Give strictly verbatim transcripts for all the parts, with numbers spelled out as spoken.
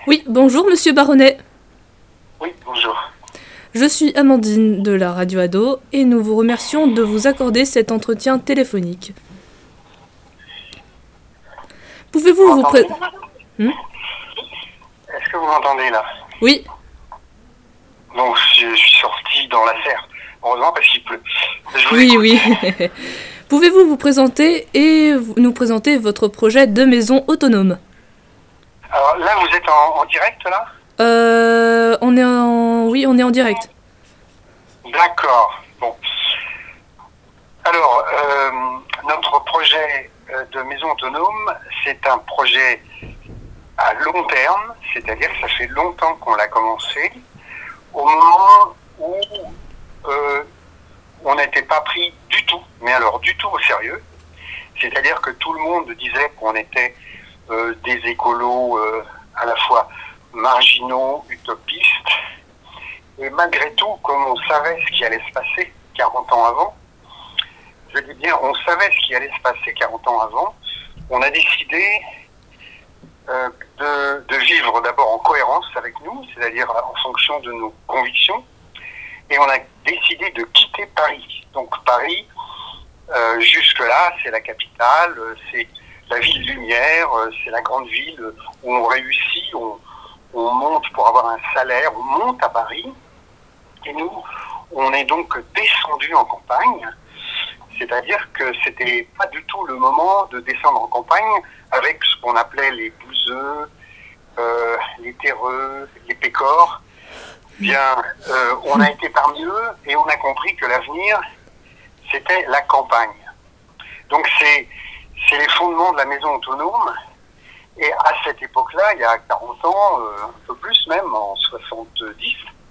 Oui, bonjour Monsieur Baronnet. Oui, bonjour. Je suis Amandine de la Radio Ado et nous vous remercions de vous accorder cet entretien téléphonique. Pouvez-vous Vous vous m'entendez présenter hmm Est-ce que vous m'entendez là? Oui. Donc je, je suis sorti dans la serre. Heureusement parce qu'il pleut. Je vous Oui, écoute. oui. Pouvez-vous vous présenter et vous- nous présenter votre projet de maison autonome? Alors là, vous êtes en, en direct là? Euh, on est en... Oui, on est en direct. D'accord. Bon. Alors, euh, notre projet euh, de maison autonome, c'est un projet à long terme, c'est-à-dire que ça fait longtemps qu'on l'a commencé, au moment où euh, on n'était pas pris du tout, mais alors du tout au sérieux. C'est-à-dire que tout le monde disait qu'on était euh, des écolos euh, à la fois marginaux, utopistes, et malgré tout, comme on savait ce qui allait se passer quarante ans avant, je dis bien, on savait ce qui allait se passer quarante ans avant, on a décidé euh, de, de vivre d'abord en cohérence avec nous, c'est-à-dire en fonction de nos convictions, et on a décidé de quitter Paris. Donc Paris, euh, jusque-là, c'est la capitale, euh, c'est la ville lumière, euh, c'est la grande ville où on réussit, on, on monte pour avoir un salaire, on monte à Paris, et nous, on est donc descendu en campagne, c'est-à-dire que c'était pas du tout le moment de descendre en campagne avec ce qu'on appelait les bouseux, euh, les terreux, les pécores. Bien, euh, on a été parmi eux et on a compris que l'avenir, c'était la campagne. Donc c'est, c'est les fondements de la maison autonome. Et à cette époque-là, il y a quarante ans, euh, un peu plus même, en soixante-dix,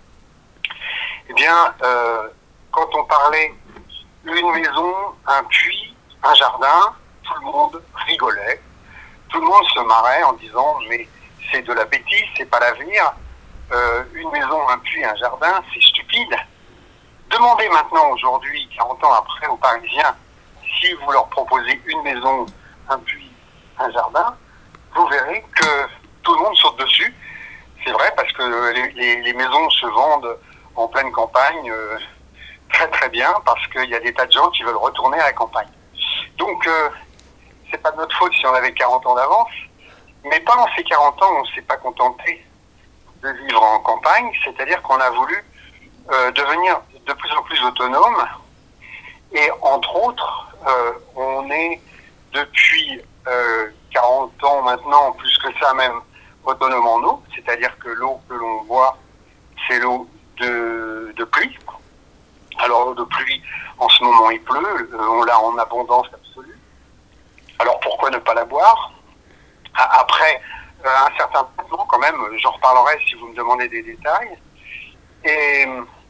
eh bien, euh, quand on parlait une maison, un puits, un jardin, tout le monde rigolait. Tout le monde se marrait en disant « mais c'est de la bêtise, c'est pas l'avenir. Euh, une maison, un puits, un jardin, c'est stupide. » Demandez maintenant aujourd'hui, quarante ans après, aux Parisiens, si vous leur proposez une maison, un puits, un jardin, vous verrez que tout le monde saute dessus. C'est vrai parce que les, les, les maisons se vendent en pleine campagne euh, très très bien parce qu'il y a des tas de gens qui veulent retourner à la campagne. Donc, euh, c'est pas de notre faute si on avait quarante ans d'avance, mais pendant ces quarante ans, on ne s'est pas contenté de vivre en campagne, c'est-à-dire qu'on a voulu euh, devenir de plus en plus autonome, et entre autres, euh, on est depuis euh, quarante ans maintenant, plus que ça même, autonome en eau, c'est-à-dire que l'eau que l'on boit, c'est l'eau de, de pluie. Alors l'eau de pluie, en ce moment il pleut, on l'a en abondance absolue. Alors pourquoi ne pas la boire? Après euh, un certain temps quand même, j'en reparlerai si vous me demandez des détails. Et,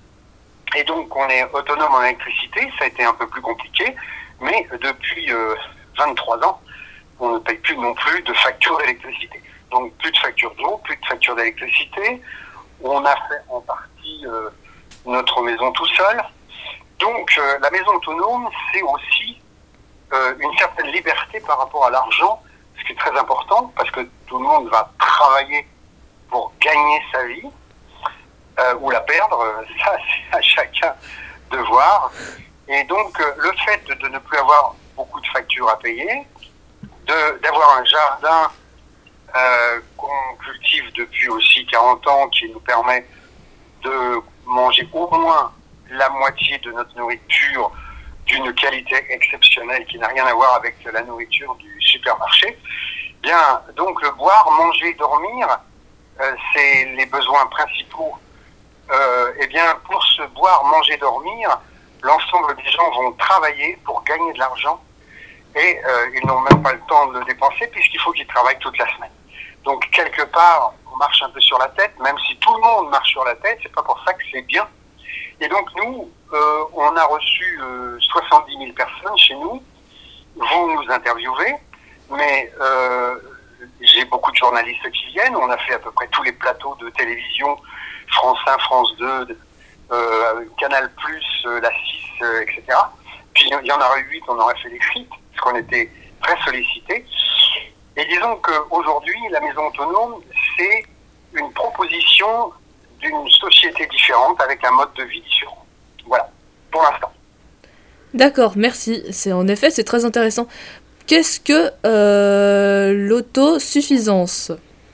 et donc on est autonome en électricité, ça a été un peu plus compliqué, mais depuis euh, vingt-trois ans, on ne paye plus non plus de facture d'électricité. Donc plus de facture d'eau, plus de facture d'électricité. On a fait en partie euh, notre maison tout seul. Donc euh, la maison autonome, c'est aussi euh, une certaine liberté par rapport à l'argent, ce qui est très important, parce que tout le monde va travailler pour gagner sa vie, euh, ou la perdre, ça c'est à chacun de voir. Et donc euh, le fait de, de ne plus avoir beaucoup de factures à payer, de, d'avoir un jardin euh, qu'on cultive depuis aussi quarante ans, qui nous permet de manger au moins la moitié de notre nourriture d'une qualité exceptionnelle qui n'a rien à voir avec la nourriture du supermarché. Bien, donc le boire, manger, dormir, euh, c'est les besoins principaux. Euh, et bien, pour se boire, manger, dormir, l'ensemble des gens vont travailler pour gagner de l'argent et euh, ils n'ont même pas le temps de le dépenser puisqu'il faut qu'ils travaillent toute la semaine. Donc quelque part, on marche un peu sur la tête, même si tout le monde marche sur la tête, c'est pas pour ça que c'est bien. Et donc nous, euh, on a reçu euh, soixante-dix mille personnes chez nous. Vous nous interviewez, mais euh, j'ai beaucoup de journalistes qui viennent. On a fait à peu près tous les plateaux de télévision, France un, France deux, euh, Canal plus, euh, la six, euh, et cetera. Puis il y en aurait eu huit, on aurait fait les frites, parce qu'on était très sollicités. Et disons qu'aujourd'hui, la maison autonome, c'est une proposition d'une société différente avec un mode de vie différent. Voilà, pour l'instant. D'accord, merci. C'est en effet, c'est très intéressant. Qu'est-ce que euh, l'autosuffisance ?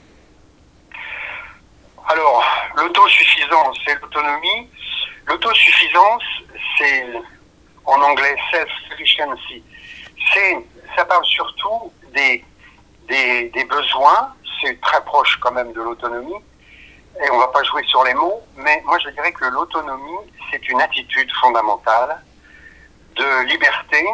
Alors, l'autosuffisance, c'est l'autonomie. L'autosuffisance, c'est en anglais self-sufficiency. C'est, ça parle surtout des, des, des besoins. C'est très proche quand même de l'autonomie. Et on ne va pas jouer sur les mots, mais moi je dirais que l'autonomie, c'est une attitude fondamentale de liberté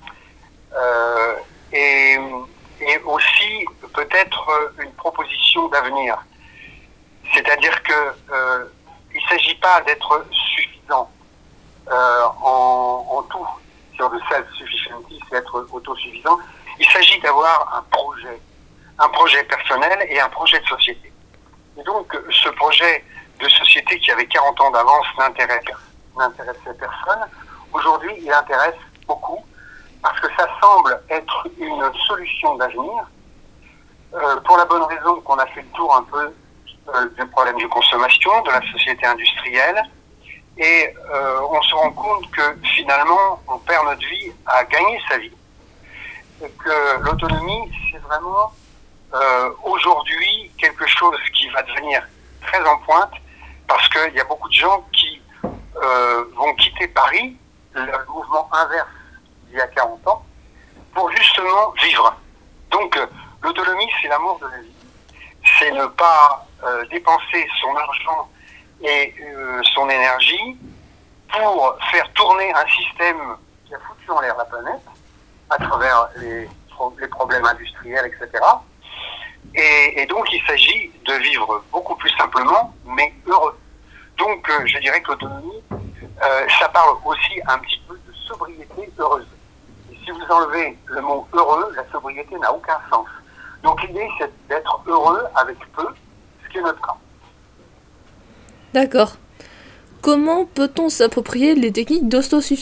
euh, et, et aussi peut-être une proposition d'avenir. C'est-à-dire que euh, il ne s'agit pas d'être suffisant euh, en, en tout sur le self-sufficiency, c'est être autosuffisant. Il s'agit d'avoir un projet, un projet personnel et un projet de société. Et donc, ce projet de société qui avait quarante ans d'avance n'intéressait personne. Aujourd'hui, il intéresse beaucoup parce que ça semble être une solution d'avenir euh, pour la bonne raison qu'on a fait le tour un peu euh, du problème de consommation, de la société industrielle. Et euh, on se rend compte que finalement, on perd notre vie à gagner sa vie. Et que l'autonomie, c'est vraiment... Euh, aujourd'hui quelque chose qui va devenir très en pointe parce qu'il y a beaucoup de gens qui euh, vont quitter Paris, le mouvement inverse il y a quarante ans, pour justement vivre. Donc euh, l'autonomie, c'est l'amour de la vie. C'est ne pas euh, dépenser son argent et euh, son énergie pour faire tourner un système qui a foutu en l'air la planète à travers les, les problèmes industriels, et cetera. Et, et donc, il s'agit de vivre beaucoup plus simplement, mais heureux. Donc, euh, je dirais que l'autonomie, euh, ça parle aussi un petit peu de sobriété heureuse. Et si vous enlevez le mot heureux, la sobriété n'a aucun sens. Donc, l'idée, c'est d'être heureux avec peu, ce qui est notre cas. D'accord. Comment peut-on s'approprier les techniques d'autosuffisance ?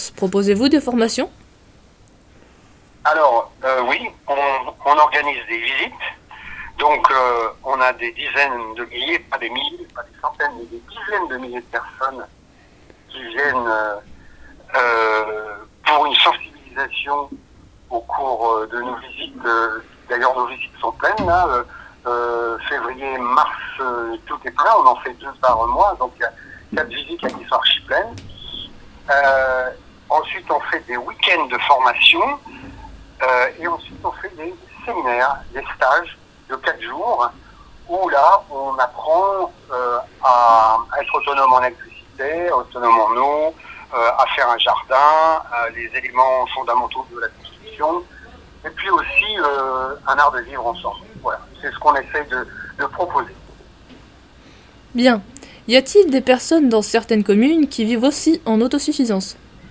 Proposez-vous des formations ? Alors, euh, oui, on, on organise des visites. Donc, euh, on a des dizaines de milliers, pas des milliers, pas des centaines, mais des dizaines de milliers de personnes qui viennent euh, euh, pour une sensibilisation au cours de nos visites. Euh, d'ailleurs, nos visites sont pleines, là. Euh, euh, février, mars, euh, tout est plein. On en fait deux par mois, donc il y a quatre visites là, qui sont archi pleines. Euh, ensuite, on fait des week-ends de formation euh, et ensuite, on fait des séminaires, des stages de quatre jours, où là, on apprend euh, à, à être autonome en électricité, autonome en eau, euh, à faire un jardin, euh, les éléments fondamentaux de la construction, et puis aussi euh, un art de vivre ensemble. Voilà, c'est ce qu'on essaie de, de proposer. Bien. Y a-t-il des personnes dans certaines communes qui vivent aussi en autosuffisance ?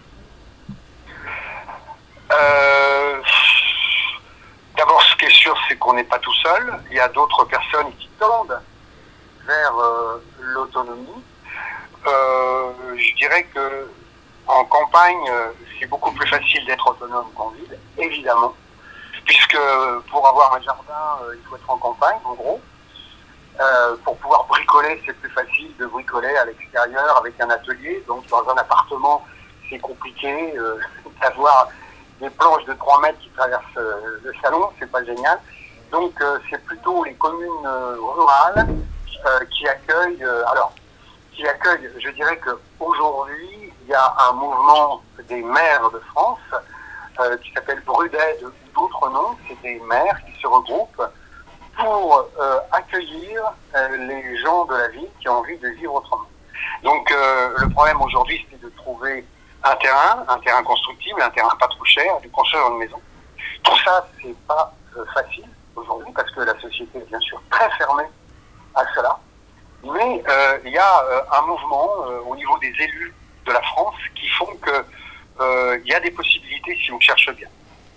euh, D'abord, ce qui est sûr, c'est qu'on n'est pas tout seul. Il y a d'autres personnes qui tendent vers euh, l'autonomie. Euh, je dirais que en campagne, c'est beaucoup plus facile d'être autonome qu'en ville, évidemment, puisque pour avoir un jardin, il faut être en campagne, en gros. Euh, pour pouvoir bricoler, c'est plus facile de bricoler à l'extérieur avec un atelier. Donc, dans un appartement, c'est compliqué euh, d'avoir des planches de trois mètres qui traversent euh, le salon, c'est pas génial. Donc euh, c'est plutôt les communes euh, rurales euh, qui accueillent. Euh, alors, qui accueillent. Je dirais que aujourd'hui, il y a un mouvement des maires de France euh, qui s'appelle Brudet ou d'autres noms. C'est des maires qui se regroupent pour euh, accueillir euh, les gens de la ville qui ont envie de vivre autrement. Donc euh, le problème aujourd'hui, c'est de trouver un terrain, un terrain constructible, un terrain pas trop cher, de construire une maison. Tout ça, c'est pas euh, facile aujourd'hui parce que la société est bien sûr très fermée à cela. Mais euh, il y a euh, un mouvement euh, au niveau des élus de la France qui font que euh, il y a des possibilités si on cherche bien.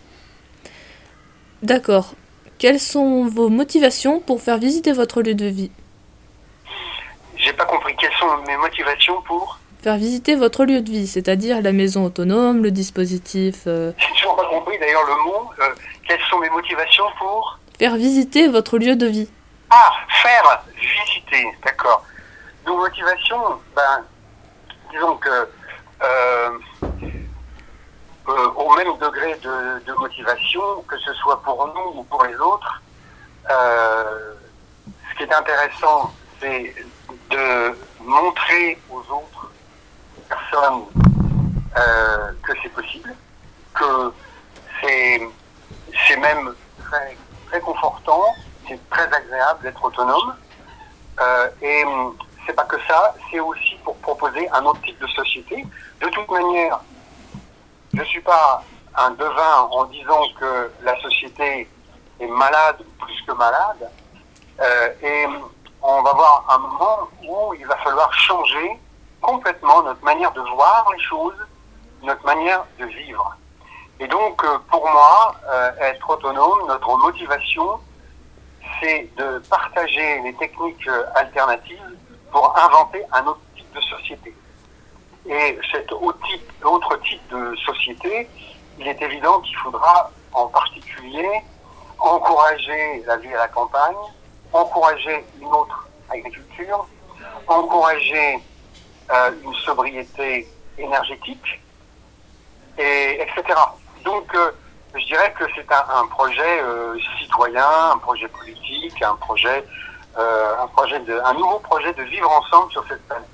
D'accord. Quelles sont vos motivations pour faire visiter votre lieu de vie ? J'ai pas compris. Quelles sont mes motivations pour faire visiter votre lieu de vie, c'est-à-dire la maison autonome, le dispositif... Euh... J'ai toujours pas compris d'ailleurs le mot. Euh, quelles sont mes motivations pour faire visiter votre lieu de vie. Ah, faire visiter, d'accord. Nos motivations, ben, disons que euh, euh, au même degré de, de motivation, que ce soit pour nous ou pour les autres, euh, ce qui est intéressant, c'est de montrer aux autres personnes euh, que c'est possible, que c'est, c'est même très, très confortant, c'est très agréable d'être autonome. Euh, et c'est pas que ça, c'est aussi pour proposer un autre type de société. De toute manière, je suis pas un devin en disant que la société est malade, plus que malade, euh, et on va voir un moment où il va falloir changer complètement notre manière de voir les choses, notre manière de vivre. Et donc, euh, pour moi, euh, être autonome, notre motivation, c'est de partager les techniques alternatives pour inventer un autre type de société. Et cet autre type, autre type de société, il est évident qu'il faudra en particulier encourager la vie à la campagne, encourager une autre agriculture, encourager euh, une sobriété énergétique, et, etc. Donc, euh, je dirais que c'est un, un projet euh, citoyen, un projet politique, un projet, euh, un projet de, un nouveau projet de vivre ensemble sur cette planète.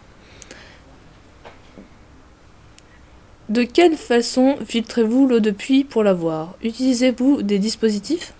De quelle façon filtrez-vous l'eau de pluie pour la boire? Utilisez-vous des dispositifs?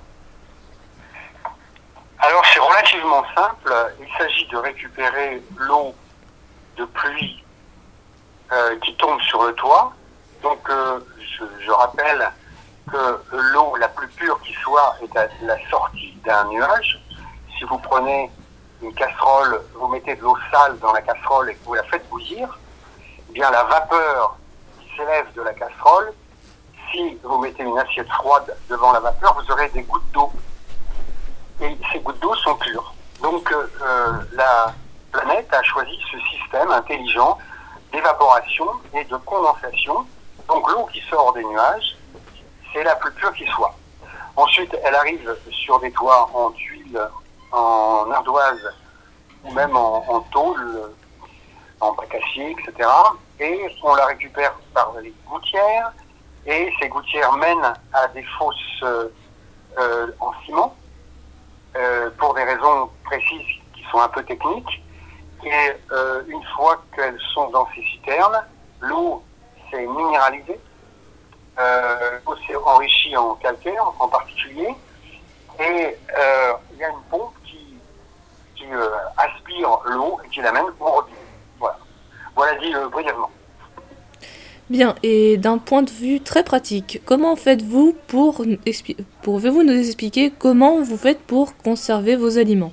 Alors c'est relativement simple. Il s'agit de récupérer l'eau de pluie euh, qui tombe sur le toit. Donc euh, je, je rappelle que l'eau la plus pure qui soit est à la sortie d'un nuage. Si vous prenez une casserole, vous mettez de l'eau sale dans la casserole et que vous la faites bouillir, eh bien la vapeur qui s'élève de la casserole, si vous mettez une assiette froide devant la vapeur, vous aurez des gouttes d'eau. Et ces gouttes d'eau sont pures. Donc euh, la planète a choisi ce système intelligent d'évaporation et de condensation. Donc l'eau qui sort des nuages, c'est la plus pure qui soit. Ensuite, elle arrive sur des toits en tuiles, en ardoise ou même en, en tôle, en bacacier, et cetera. Et on la récupère par les gouttières. Et ces gouttières mènent à des fosses euh, en ciment, euh, pour des raisons précises qui sont un peu techniques. Et euh, une fois qu'elles sont dans ces citernes, l'eau s'est minéralisée, euh, l'eau s'est enrichie en calcaire en particulier, et euh, il y a une pompe qui, qui euh, aspire l'eau et qui l'amène au robinet. Voilà, voilà dit euh, brièvement. Bien, et d'un point de vue très pratique, comment faites-vous pour... Expli- Pouvez-vous nous expliquer comment vous faites pour conserver vos aliments?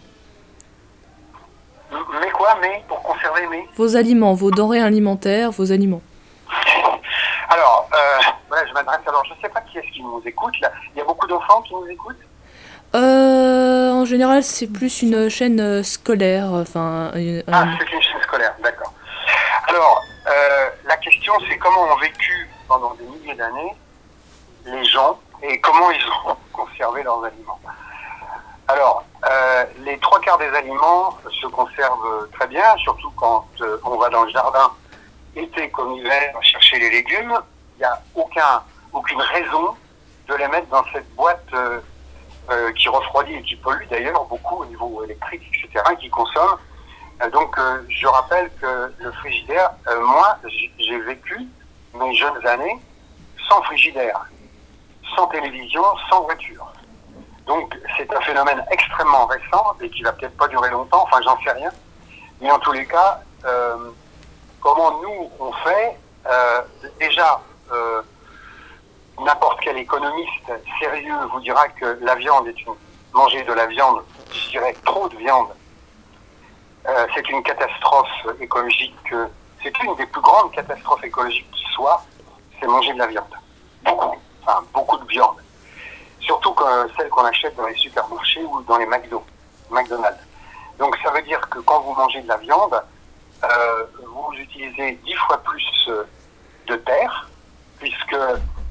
Mais quoi, mais pour conserver mes Vos aliments, vos denrées alimentaires, vos aliments. Alors, euh, voilà, je m'adresse. Alors, je ne sais pas qui est-ce qui nous écoute là. Il y a beaucoup d'enfants qui nous écoutent. Euh, en général, c'est plus une chaîne euh, scolaire, enfin... une- Ah, un- c'est une chaîne scolaire, d'accord. Alors, euh, la question, c'est comment ont vécu pendant des milliers d'années les gens et comment ils ont conservé leurs aliments. Alors, euh, les trois quarts des aliments se conservent très bien, surtout quand euh, on va dans le jardin, été comme hiver, chercher les légumes. Il n'y a aucun, aucune raison de les mettre dans cette boîte euh, euh, qui refroidit et qui pollue d'ailleurs beaucoup au niveau électrique, et cetera, qui consomme. Euh, donc, euh, je rappelle que le frigidaire, euh, moi, j'ai vécu mes jeunes années sans frigidaire, sans télévision, sans voiture. Donc, c'est un phénomène extrêmement récent et qui va peut-être pas durer longtemps, enfin, j'en sais rien. Mais en tous les cas, euh, comment nous, on fait euh, déjà, euh, n'importe quel économiste sérieux vous dira que la viande est une... Manger de la viande, je dirais trop de viande, euh, c'est une catastrophe écologique. Euh, c'est une des plus grandes catastrophes écologiques qui soit, c'est manger de la viande. Beaucoup, enfin, beaucoup de viande. Surtout que celle qu'on achète dans les supermarchés ou dans les McDo, McDonald's. Donc ça veut dire que quand vous mangez de la viande, euh, vous utilisez dix fois plus de terre, puisque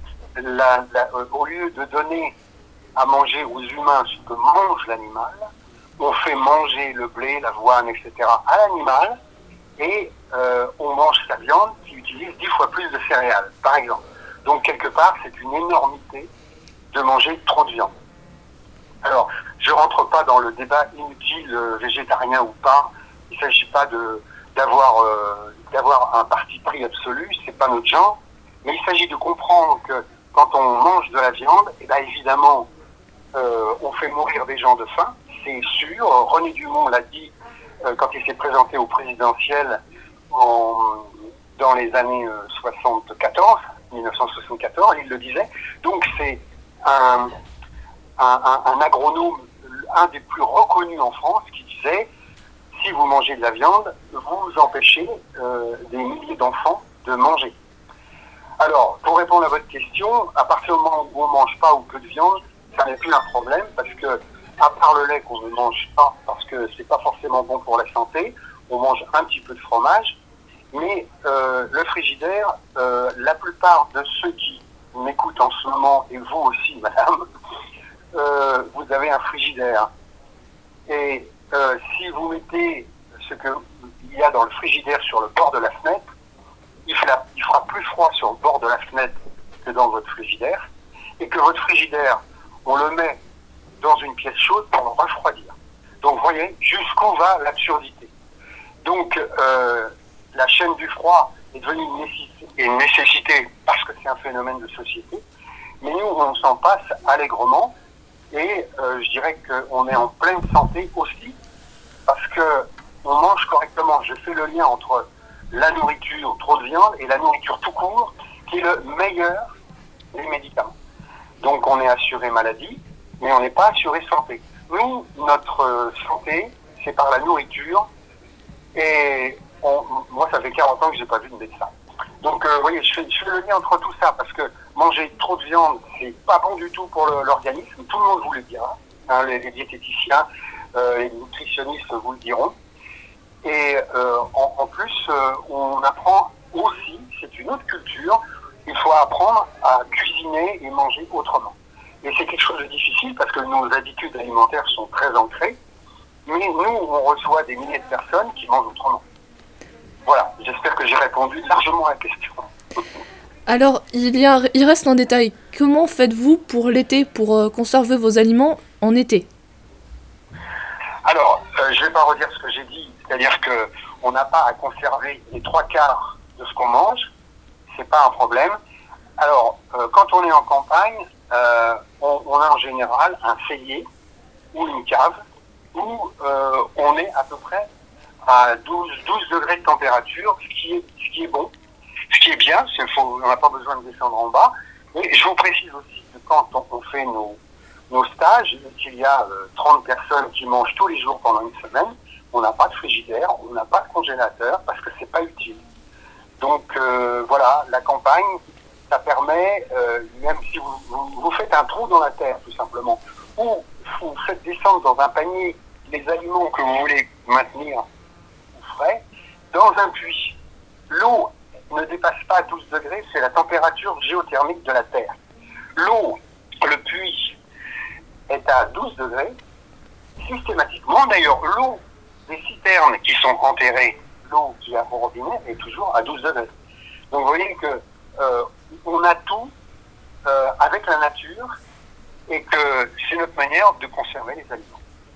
la, la, euh, au lieu de donner à manger aux humains ce que mange l'animal, on fait manger le blé, l'avoine, et cetera à l'animal, et euh, on mange sa viande qui utilise dix fois plus de céréales, par exemple. Donc quelque part, c'est une énormité de manger trop de viande. Alors, je rentre pas dans le débat inutile, euh, végétarien ou pas. Il s'agit pas de d'avoir euh, d'avoir un parti pris absolu, c'est pas notre genre. Mais il s'agit de comprendre que quand on mange de la viande, eh ben évidemment, euh, on fait mourir des gens de faim, c'est sûr. René Dumont l'a dit euh, quand il s'est présenté au présidentiel en, dans les années euh, soixante-quatorze, mille neuf cent soixante-quatorze, il le disait. Donc c'est un, un, un, un agronome, un des plus reconnus en France, qui disait si vous mangez de la viande, vous empêchez euh, des milliers d'enfants de manger. Alors, pour répondre à votre question, à partir du moment où on ne mange pas ou peu de viande, ça n'est plus un problème parce que, à part le lait qu'on ne mange pas parce que c'est pas forcément bon pour la santé, on mange un petit peu de fromage, mais euh, le frigidaire, euh, la plupart de ceux qui m'écoutent en ce moment, et vous aussi, madame, euh, vous avez un frigidaire. Et euh, si vous mettez ce qu'il y a dans le frigidaire sur le bord de la fenêtre, il fera, il fera plus froid sur le bord de la fenêtre que dans votre frigidaire, et que votre frigidaire, on le met dans une pièce chaude pour le refroidir. Donc vous voyez jusqu'où va l'absurdité. Donc euh, la chaîne du froid est devenue une nécessité, une nécessité parce que c'est un phénomène de société, mais nous on s'en passe allègrement, et euh, je dirais qu'on est en pleine santé aussi, parce que on mange correctement. Je fais le lien entre la nourriture, trop de viande, et la nourriture tout court, qui est le meilleur des médicaments. Donc on est assuré maladie, mais on n'est pas assuré santé. Nous, notre santé, c'est par la nourriture, et on, moi ça fait quarante ans que j'ai pas vu de médecin. Donc euh, vous voyez, je fais, je fais le lien entre tout ça, parce que manger trop de viande, c'est pas bon du tout pour le, l'organisme, tout le monde vous le dira, hein, les, les diététiciens, euh, les nutritionnistes vous le diront. Et euh, en, en plus, euh, on apprend aussi, c'est une autre culture, il faut apprendre à cuisiner et manger autrement. Et c'est quelque chose de difficile parce que nos habitudes alimentaires sont très ancrées, mais nous, on reçoit des milliers de personnes qui mangent autrement. Voilà, j'espère que j'ai répondu largement à la question. Alors, il, y a, il reste un détail. Comment faites-vous pour l'été, pour euh, conserver vos aliments en été ? Alors, euh, je ne vais pas redire ce que j'ai dit, c'est-à-dire qu'on n'a pas à conserver les trois quarts de ce qu'on mange, c'est pas un problème. Alors, euh, quand on est en campagne, euh, on, on a en général un cellier ou une cave où euh, on est à peu près à douze, douze degrés de température, ce qui est, ce qui est bon, ce qui est bien, c'est faut, on n'a pas besoin de descendre en bas. Mais je vous précise aussi que quand on, on fait nos nos stages, qu'il y a euh, trente personnes qui mangent tous les jours pendant une semaine, on n'a pas de frigidaire, on n'a pas de congélateur parce que c'est pas utile. Donc euh, voilà, la campagne, ça permet, euh, même si vous, vous, vous faites un trou dans la terre tout simplement, ou vous faites descendre dans un panier les aliments que vous voulez maintenir au frais, dans un puits. L'eau ne dépasse pas douze degrés, c'est la température géothermique de la terre. L'eau, le puits, est à douze degrés, systématiquement. D'ailleurs, l'eau des citernes qui sont enterrées, l'eau qui a au robinet, est toujours à douze degrés. Donc vous voyez que euh, on a tout euh, avec la nature, et que c'est notre manière de conserver les aliments.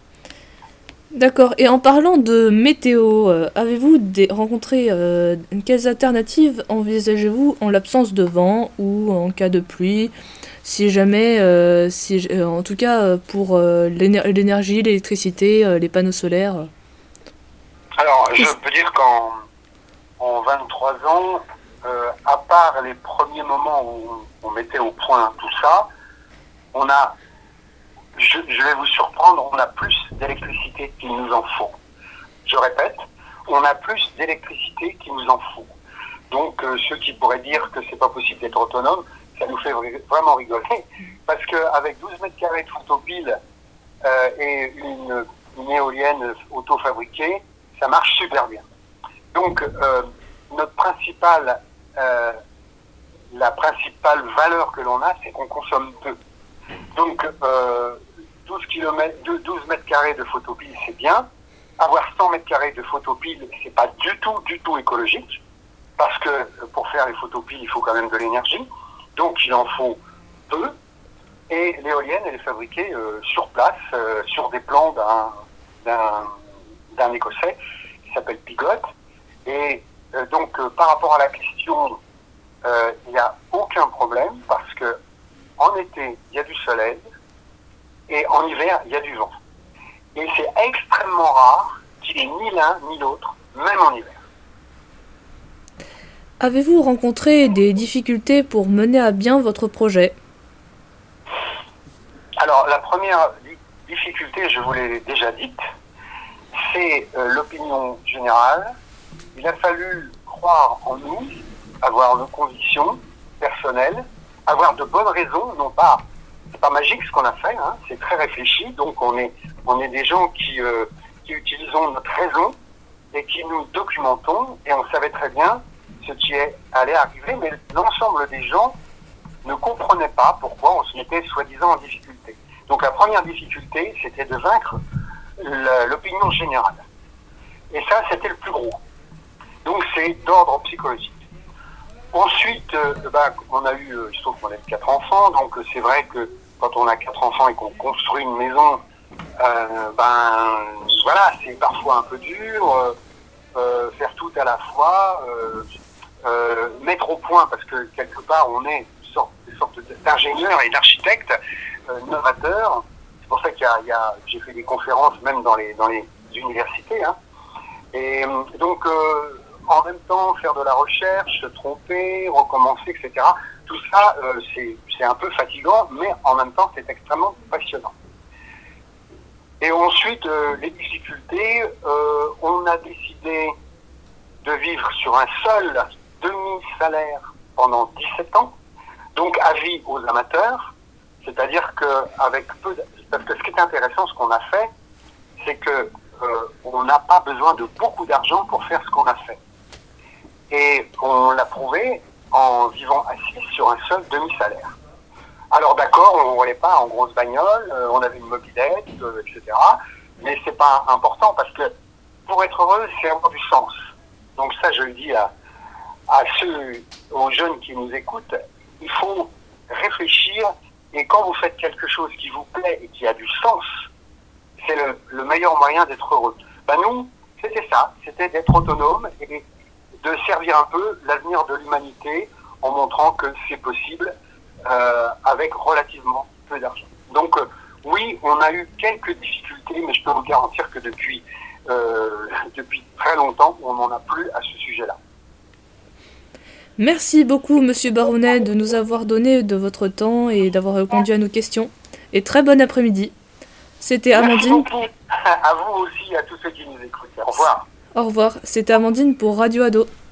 D'accord. Et en parlant de météo, euh, avez-vous des, rencontré euh, quelles alternatives envisagez-vous en l'absence de vent ou en cas de pluie ? Si jamais, euh, si, euh, en tout cas euh, pour euh, l'éner- l'énergie, l'électricité, euh, les panneaux solaires. Alors, je peux dire qu'en en vingt-trois ans, euh, à part les premiers moments où on mettait au point tout ça, on a, je, je vais vous surprendre, on a plus d'électricité qu'il nous en faut. Je répète, on a plus d'électricité qu'il nous en faut. Donc, euh, ceux qui pourraient dire que c'est pas possible d'être autonome, ça nous fait vraiment rigoler, parce qu'avec douze mètres carrés de photopile euh, et une, une éolienne auto-fabriquée, ça marche super bien. Donc, euh, notre principale, euh, la principale valeur que l'on a, c'est qu'on consomme peu. Donc, euh, douze kilomètres, douze mètres carrés de photopile, c'est bien. Avoir cent mètres carrés de photopile, c'est pas du tout, du tout écologique. Parce que pour faire les photopiles, il faut quand même de l'énergie. Donc il en faut peu. Et l'éolienne, elle est fabriquée euh, sur place, euh, sur des plans d'un, d'un, d'un Écossais qui s'appelle Pigot. Et euh, donc euh, par rapport à la question, euh, il n'y a aucun problème parce que en été, il y a du soleil et en hiver, il y a du vent. Et c'est extrêmement rare qu'il n'y ait ni l'un ni l'autre, même en hiver. Avez-vous rencontré des difficultés pour mener à bien votre projet ? Alors, la première difficulté, je vous l'ai déjà dite, c'est euh, l'opinion générale. Il a fallu croire en nous, avoir nos convictions personnelles, avoir de bonnes raisons, non pas, c'est pas magique ce qu'on a fait, hein, c'est très réfléchi, donc on est, on est des gens qui, euh, qui utilisons notre raison et qui nous documentons, et on savait très bien ce qui allait arriver, mais l'ensemble des gens ne comprenaient pas pourquoi on se mettait soi-disant en difficulté. Donc la première difficulté, c'était de vaincre l'opinion générale. Et ça, c'était le plus gros. Donc c'est d'ordre psychologique. Ensuite, euh, ben, on a eu, euh, il se trouve qu'on a quatre enfants, donc euh, c'est vrai que quand on a quatre enfants et qu'on construit une maison, euh, ben voilà, c'est parfois un peu dur, euh, euh, faire tout à la fois, euh, euh, mettre au point, parce que quelque part on est une sorte, une sorte d'ingénieur et d'architecte euh, novateur. C'est pour ça qu'il y a, il y a, j'ai fait des conférences même dans les dans les universités, hein. Et donc euh, en même temps faire de la recherche, se tromper, recommencer, et cetera. Tout ça, euh, c'est, c'est un peu fatigant, mais en même temps c'est extrêmement passionnant. Et ensuite, euh, les difficultés, euh, on a décidé de vivre sur un seul demi-salaire pendant dix-sept ans, donc avis aux amateurs, c'est-à-dire qu'avec peu de... Parce que ce qui est intéressant, ce qu'on a fait, c'est que euh, on n'a pas besoin de beaucoup d'argent pour faire ce qu'on a fait. Et on l'a prouvé en vivant assis sur un seul demi-salaire. Alors d'accord, on ne roulait pas en grosse bagnole, euh, on avait une mobilette, euh, et cetera. Mais c'est pas important parce que pour être heureux, c'est avoir du sens. Donc ça, je le dis à, à ceux, aux jeunes qui nous écoutent, il faut réfléchir et quand vous faites quelque chose qui vous plaît et qui a du sens, c'est le, le meilleur moyen d'être heureux. Ben nous, c'était ça, c'était d'être autonome et de servir un peu l'avenir de l'humanité en montrant que c'est possible euh, avec relativement peu d'argent. Donc euh, oui, on a eu quelques difficultés, mais je peux vous garantir que depuis, euh, depuis très longtemps, on n'en a plus à ce sujet-là. Merci beaucoup, Monsieur Baronnet, de nous avoir donné de votre temps et d'avoir répondu à nos questions. Et très bon après-midi. C'était Amandine. Merci beaucoup. À vous aussi, à tous ceux qui nous écoutent. Au revoir. Au revoir. C'était Amandine pour Radio Ado.